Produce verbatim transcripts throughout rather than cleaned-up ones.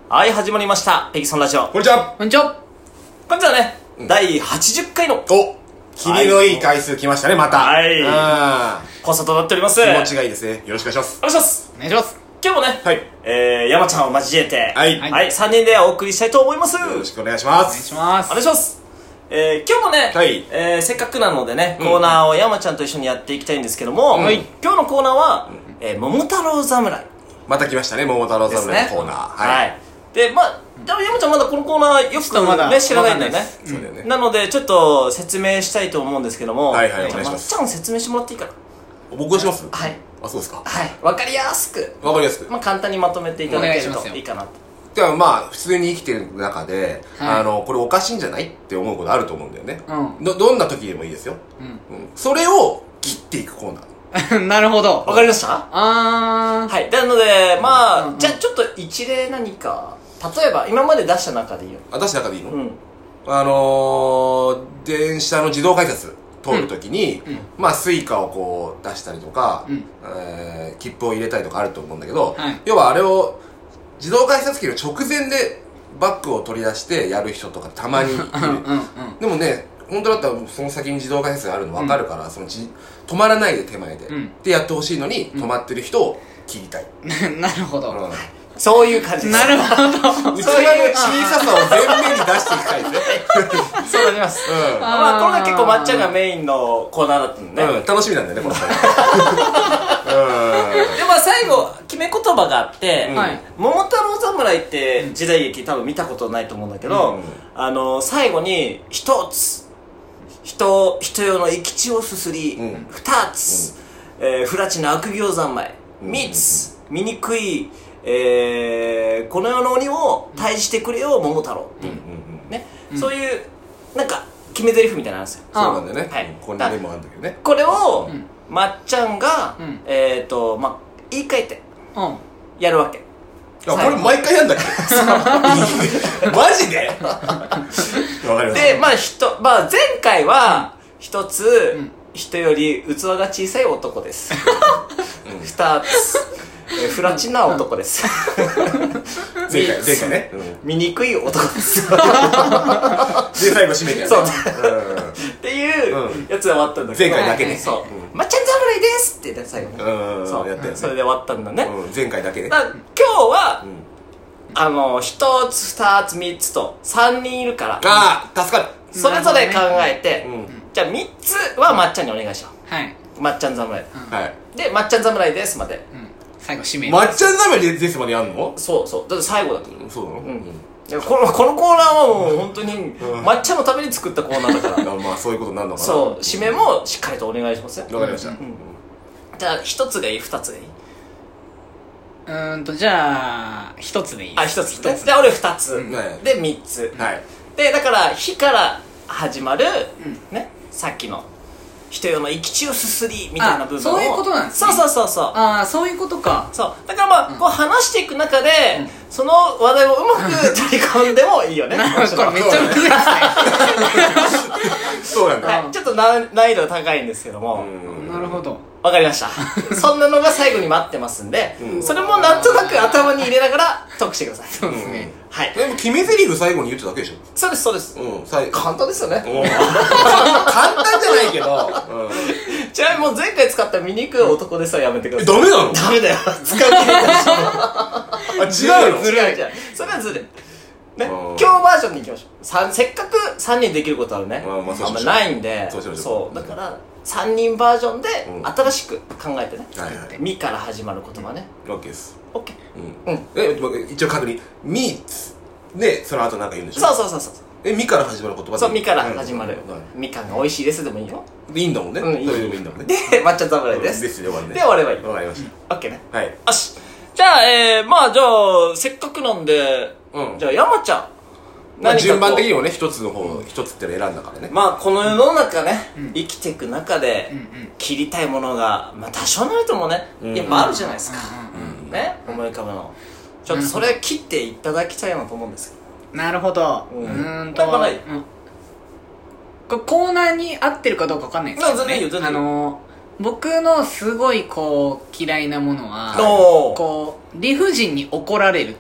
はい、始まりました。ペギソンラジオ。 こんにちは。 こんにちは。 本日はね、 うん、 だいはちじゅっかいの。 お切りのいい回数来ましたね、また。 はい。 あ放送となっております。 気持ちがいいですね。よろしくお願いします。 お願いします。 お願いします。 今日もね、 はい。 えー、山ちゃんを交えて、 はい。 はい、さんにんでお送りしたいと思います。 よろしくお願いしまお願いす。 します。 お願いします。えー、今日もね、 はい。 えー、せっかくなのでね、 うんコーナーを山ちゃんと一緒にやっていきたいんですけども、 はい今日のコーナーは、えー、桃太郎侍また来ましたね、桃太郎ですね。 侍のコーナー。 はい。で、まあ、多分山ちゃんまだこのコーナーよちょっとまだくね、知らないんだよね。 そうだよね。 なので、ちょっと説明したいと思うんですけども、 はいはいじゃあお願いしますまっちゃん説明してもらっていいかな。 僕がしますはい。 あ、そうですか。 はい。わかりやすく、 わかりやすく。 まあ、簡単にまとめていただけるとお願いしますよいいかなと。 ではまあ、普通に生きてる中で、 はいあの、これおかしいんじゃないって思うことあると思うんだよね。 うん。 ど、どんな時でもいいですよ。 うん。 うん。それを切っていくコーナー。 なるほど。 わかりましたあはい。なので、まあ、 うんうんじゃあちょっと一例何か、例えば、今まで出した中でいいよ。 私の中でいいの、 うん。 あのー、電車の自動改札通るときに、 うんうんまあスイカをこう出したりとか、 うんえー切符を入れたりとかあると思うんだけど、 はい要はあれを自動改札機の直前でバッグを取り出してやる人とかたまにいるうんうんうん。 でもね本当だったらその先に自動改札があるの分かるから、そのじ止まらないで手前で、 うんでやってほしいのに、止まってる人を切りたい、 なるほど。 うんそういう感じです。 なるほど。 内側の小ささを前面に出していきたいですねそうなります。 うんまあ、これが結構まっちゃんがメインのコーナーだったんでね。 うん、楽しみなんだよねこの回で、まあ最後、決め言葉があって、 うんはい。 桃太郎侍って時代劇多分見たことないと思うんだけど、 うんあの、最後に、一つ、人、人用の生き血をすすり、 うん二つ、えー、不埒な悪行三昧、 うん三つ、醜い、えー、この世の鬼を退治してくれよ、桃太郎っていう、ね、 うんそういう、なんか、決め台詞みたいなのあるんですよ。 そうなんだよね、 はいうんここにメモあるんだけどねこれを、 うんまっちゃんが、 うんえっ、ー、と、まあ、言い換えて、 うん。 やるわけ。 あ、これ毎回やんだっけマジでわかりましたで、まあ、人、まあ、前回は、一つ、 うん人より器が小さい男です。二つ、えー不埒な男です。 前回、前回ね、 醜い男です。 で、最後締めてやるそううっていうやつで終わったんだけど。 前回だけねそうう。んまっちゃん侍ですって言って最後ね。 んうんそう。 やったよねそれで終わったんだね。 うん前回だけねだから今日はう、んあの、一つ、二つ、三つと、三人いるから、 ああ助かるそれぞれ考えてう、んじゃあ三つはまっちゃんにお願いしよはい。 う。まっちゃん侍。 はいで、まっちゃん侍ですまで。 うん。最後締める。 まっちゃんざめでですまでやんのそうそう。だって最後だと思う。 そうなのうん。いやこの、このコーナーはもう本当に、抹茶のために作ったコーナーだから。 あまあそういうことになるのかなそう、締めもしっかりとお願いしますよ。 わかりましたんじゃあ、一つがいい、二つがいい。 うーんと、じゃあ、一つでいいです。 あ、一つ。一つ。じゃあ、俺二つ。 うんはいで、三つ。 はいで、だから、火から始まる、 うね、さっきの、人用の生き血をすすり、みたいな部分を。 あそういうことなんですねそうそうそうそう。 ああ、そういうことか。 そう。だからまあ、こう話していく中で、その話題をうまく取り込んでもいいよね。 なるほど。これめっちゃむずいですね。 そうなんだはい。ちょっと難難易度が高いんですけども。 うんなるほど。 わかりました。そんなのが最後に待ってますんで、 うんそれもなんとなく頭に入れながらトークしてください。 そうですね。 はい。 でも決め台詞最後に言っちゃうだけでしょそうです、そうです。 うん最後簡単ですよね。 うん簡単じゃないけどうんちなみにもう前回使った醜い男ですはやめてください。 えダメなのダメだよ。使う気になったでしょ。 あ違うのずるいじゃん。それはずるい。ね、 うん今日バージョンに行きましょう。さんせっかくさんにんできることあるね。 まあまあそうしあんまましょうないんで、 そうしましょうそう。だから、さんにんバージョンでうん新しく考えてね。 はいはいみから始まる言葉ね。 オッケーですオッケうんうんえま一応確認ミーツでその後なんか言うんでしー。 ょそうそうそうそう。 えみから始まる言葉でそう、みから始まるうんはい。 みかんが美味しいですでもいいよ。 いいんだもんねうんいいそれでもいいんだもんねで、抹茶侍です。 ですで終わるねで、終わればいい。 わかりましオッケーね。 たはいよし。じゃあ、えー、まあじゃあ、せっかくなんで、 うんじゃあ山ちゃん。 まあ何かこう順番的にもね一つの方一つっての選んだからねまあこの世の中ね、 うん生きていく中で、 うんうん。 切りたいものが、まあ多少なりともね、 うんやっぱあるじゃないですか。 うんね、思い浮かぶの。ちょっとそれ切っていただきたいなと思うんですけうん。なるほど。 ううんーんと。 なんかないうんこれコーナーに合ってるかどうかわかんないですけど全然いいよ全然いいよあのー、僕のすごいこう嫌いなものはおーこう理不尽に怒られるって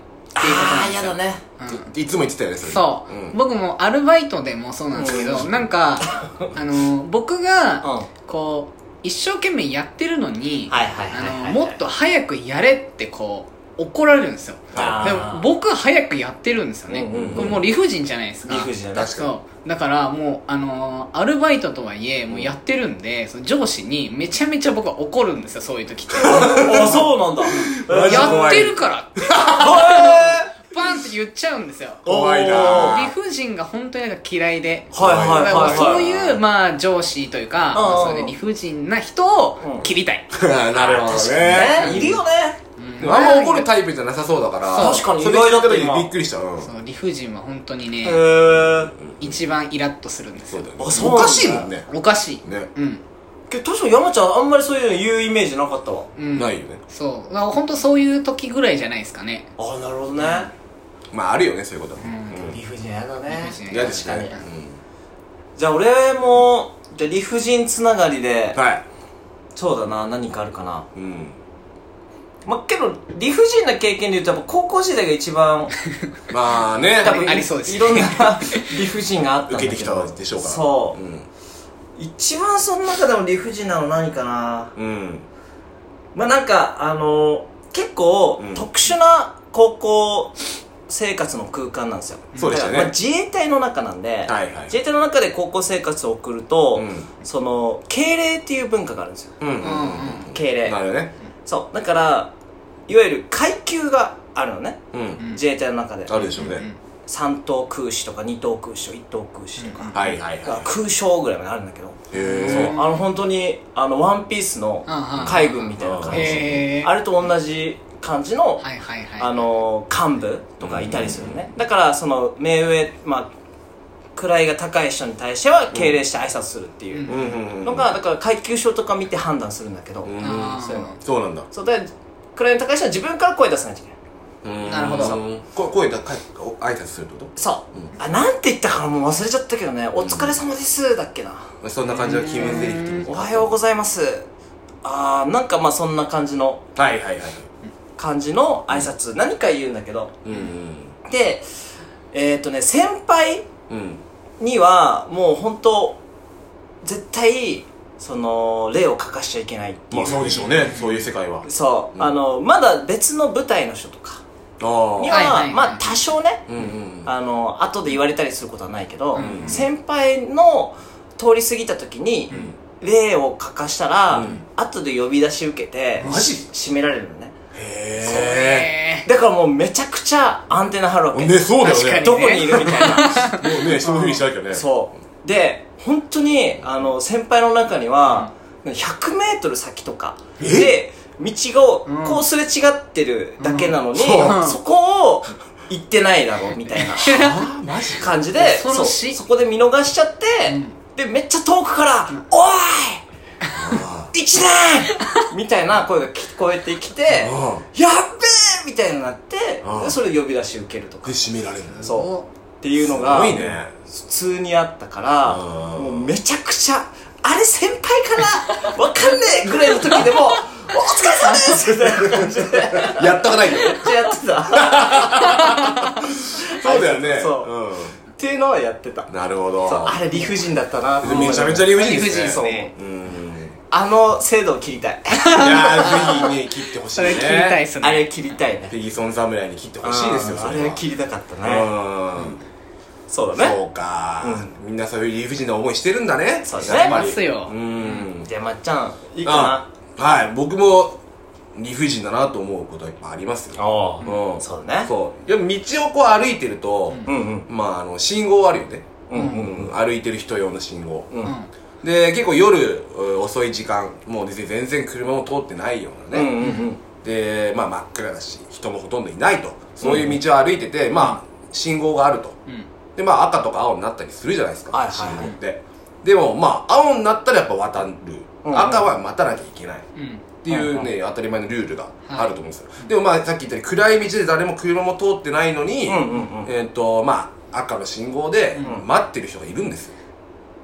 っていうことなんああですよ。 やだね。 いつも言ってたよねそれ。 そう、 ん、 僕もアルバイトでもそうなんですけど、なんかあの僕がうんこう一生懸命やってるのに、 はいはいはいはいはいあのもっと早くやれってこう怒られるんですよ。 あーでも僕は早くやってるんですよね、 うんうんうんこれもう理不尽じゃないですか。 理不尽だね。 確かに。 そうだからもうあのーアルバイトとはいえもうやってるんで、その上司にめちゃめちゃ僕は怒るんですよ、そういう時ってあ、そうなんだ。 マジやってるからってパンって言っちゃうんですよ。 怖いな理不尽が本当になんか嫌いで、 はいはいはいだからはい。 そういうまあ上司というか、 うんうんまあそういう理不尽な人を切りたい、 なるほどねね。 いるよね。 でもあんま怒るタイプじゃなさそうだから、 確かにそれ聞いた時意外だった今にびっくりした。うん。 そう理不尽は本当にねへー。 一番イラッとするんですよ。 そうだよね。 あそうなんだおかしいもんね。 おかしい、 ね。 うんけど確かに山ちゃんあんまりそういうの言うイメージなかったわ。 うんないよね。 そうだから本当そういう時ぐらいじゃないですかね。 ああ、なるほどね。 まああるよね、そういうことは。 理不尽やだね。 理不尽嫌ですね。 じゃあ俺も、じゃあ理不尽つながりでうん。、はい。 そうだな、何かあるかな。 うん。 まあ、けど理不尽な経験で言うとやっぱ高校時代が一番まあね、 多分ありそうですねいろんな理不尽があったんだけど受けてきたでしょうから。 そう、 うん。 一番その中でも理不尽なの何かな。 うん。 まあなんかあの結構うん特殊な高校生活の空間なんですよ。 そうでしたねだからまあ自衛隊の中なんで、 はいはい。 自衛隊の中で高校生活を送ると、 うんその敬礼っていう文化があるんですよ。 うんうんうん。 敬礼。 なるほどね。 そうだからいわゆる階級があるのね、 うん。 自衛隊の中であるでしょうね。 さん等空士とかに等空士とかいち等空士とか、 はいはいは空将ぐらいまであるんだけど、 い。へそうあの本当にあのワンピースの海軍みたいな感じ、 へーあれと同じ感じの、 はいはいはいあの幹部とかいたりするね、だからその目上、まあ位が高い人に対しては敬礼して挨拶するっていうえ。うんうんうん。 のが、だから階級書とか見て判断するんだけど、 うんあーそういうのそうなんだ。 そうで位の高い人は自分から声出さないといけない。 うんなるほどこ声だ、かお挨拶するってこそう、あなんて言ったかなもう忘れちゃったけどね、お疲れ様ですだっけな、 とそんな感じの決め台詞ってこおはようございますあーなんかまあそんな感じのと。はいはいはい。 感じの挨拶、何か言うんだけど、 うんうん。 でえっ、ー、とね先輩うん。 にはもう本当絶対その礼を欠かしちゃいけないっていう、 まあそうでしょうね、そういう世界は。 そう、 うんあのまだ別の部隊の人とかああ。 には、 はいはいはいまあ多少ね、 うんうん。 あの後で言われたりすることはないけど、 うん先輩の通り過ぎた時に、礼を欠かしたら、 うん後で呼び出し受けてマジ締められるのね。 へへだからもうめちゃくちゃアンテナ張るわけ、 え。ね、そうだよね。 確かにどこにいるみたいなもうね、人のふうにしなきゃね。 そうで本当にあの先輩の中にはひゃくメートル先とかで道がこうすれ違ってるだけなのに、 うんそこを行ってないだろうみたいなあマジ感じで恐ろしいそうそこで見逃しちゃって、でめっちゃ遠くから「おい一年!」みたいな声が聞こえてきて「 うんやっべえ!」みたいになってうんでそれで呼び出し受けるとかで、締められるんだ。 そうっていうのがすごいね。 普通にあったからうんもうめちゃくちゃあれ先輩かなわかんねえぐらいの時でも「お疲れ様です!」みたいな感じでやったかないけど。 めっちゃやってたそうだよね。 そうっていうのはやってた。 うん。なるほど。 そうあれ理不尽だったな。 めちゃめちゃ理不尽ですね。 理不尽ですねうん。 あの制度を切りたい。 いやー、ぜひね、切ってほしいね。 それ切りたいっすね。 あれ切りたいね。 ペギソン侍に切ってほしいですよ、 あーあれそれは。 切りたかったうね。 ん。 そうだね。 そうか、みんなそういう理不尽な思いしてるんだね。 そうですねやっぱりますようん。 じゃあまっちゃんいいかな。 あはい、僕も理不尽だなと思うことはいっぱいありますよ。 あうん。 そうだね。 そう。でも道をこう歩いてると、 うんうんまあ、あの、信号あるよね。 うんうん歩いてる人用の信号。 うんうんで、結構夜う遅い時間、もう全然車も通ってないようなね。 うんうんで、まあ真っ暗だし、人もほとんどいないと。そういう道を歩いてて、まあ、信号があると。 うんで、まあ赤とか青になったりするじゃないですか、 はいはい信号って。でも、まあ、青になったらやっぱ渡る。 うん赤は待たなきゃいけない。 うんっていうね、当たり前のルールがあると思うんですよ。 はいでもまあ、さっき言ったように暗い道で誰も車も通ってないのに、 うんうんうんえっと、まあ、赤の信号でうん待ってる人がいるんですよ。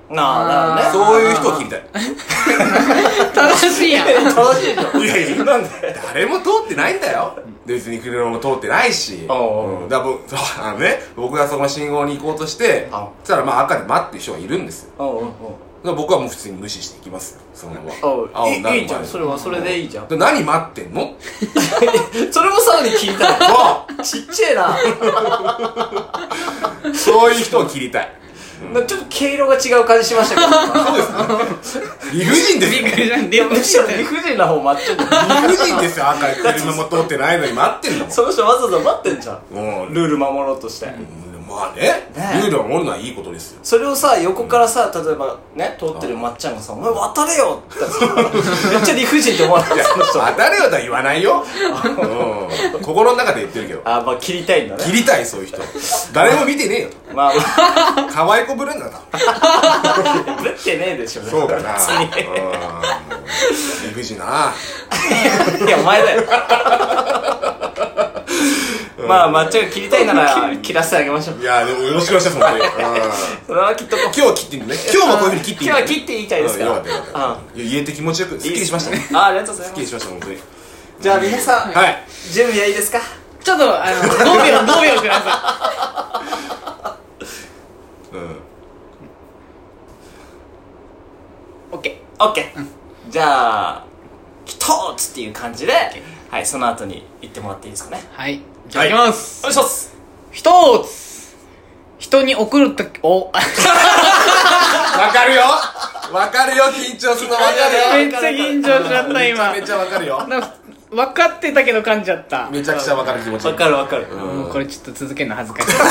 なあ、なるほどね。 そういう人を切りたい。 正しいやん。 楽しいじゃん。 いやいや、 なんで誰も通ってないんだよ。別に車も通ってないし。 おうおううん、だから僕、そうあのね、僕がそこの信号に行こうとして、 あそしたらまあ赤で待ってる人がいるんですよ。 おうおうだから僕はもう普通に無視していきますよ、そのまま。 おうおう青になるいいいいじゃん。それはそれでいいじゃん。 で何待ってんの？ それもさらに聞いたら、ちっちゃいな。 そういう人を切りたい。 なちょっと毛色が違う感じしましたけど。 理不尽ですよ。 びっくりした。 いや、むしろ理不尽な方待ってんの。 理不尽ですよ、赤い車も通ってないのに待ってんのもん。 その人わざわざ待ってんじゃん。 もうルール守ろうとして。 まあね、 ねルールを守るのはいいことですよ。 それをさ、横からさ、例えばね、通ってるまっちゃんがさ、お前渡れよって言ったらさ、めっちゃ理不尽って思わない？その人。 当たるよとは言わないよ。うん、心の中で言ってるけど。 あ、まあ切りたいんだね。 切りたい、そういう人。誰も見てねえよ。 まあま可愛い子ぶるんだな。 あ、ぶってねえでしょ。 そうかな。 別に。 うん理不尽だな。 いや、お前だよ。まあ、まっちゃんが切りたいなら、切らせてあげましょう。 いや、でもよろしくお願いします、本当に。うんそれはきっとこう。 今日は切ってみるね。今日もこういうふうに切っていい今日は切っていいたいですから。 うんよかったよかった。いや言えて気持ちよく、すっきりしましたね。 あ、ありがとうございます。 すっきりしました、本当に。 じゃあ皆さん、 はい。 準備はいいですか？ ちょっと、あの、ごびょう、ごびょうくださうん。 い。オッケオッケー。じゃあ、一つっていう感じで、はい、その後に言ってもらっていいですかね。 ー。はい。じゃあ、いきます。 お願いします。 一つ。人に送るとき、お、 わかるよわかるよ、緊張するのわかるよ。 めっちゃ緊張しちゃった、今。 めちゃめちゃわかるよ。 なんか分かってたけど噛んじゃった。 めちゃくちゃわかる気持ち。 わかるわかる。 もうこれちょっと続けるの恥ずかしい。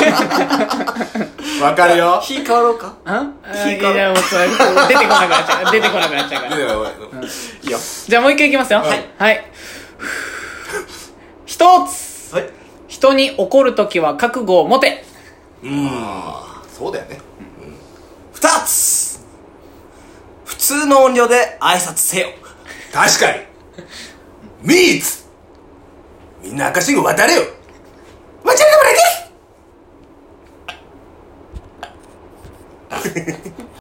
わかるよ。 日変わろうか？ あ聞いたいや、もうそれ、出てこなくなっちゃう。出てこなくなっちゃうから。 いやいやいやいいよ。 じゃあもう一回いきますよ。 はいはい。一つ。 はい。 人に怒るときは覚悟を持て。 うん。そうだよね。 二つ。普通の音量で挨拶せよ。 確かに。ミーツみんな赤信号渡れよ。渡れてもらえて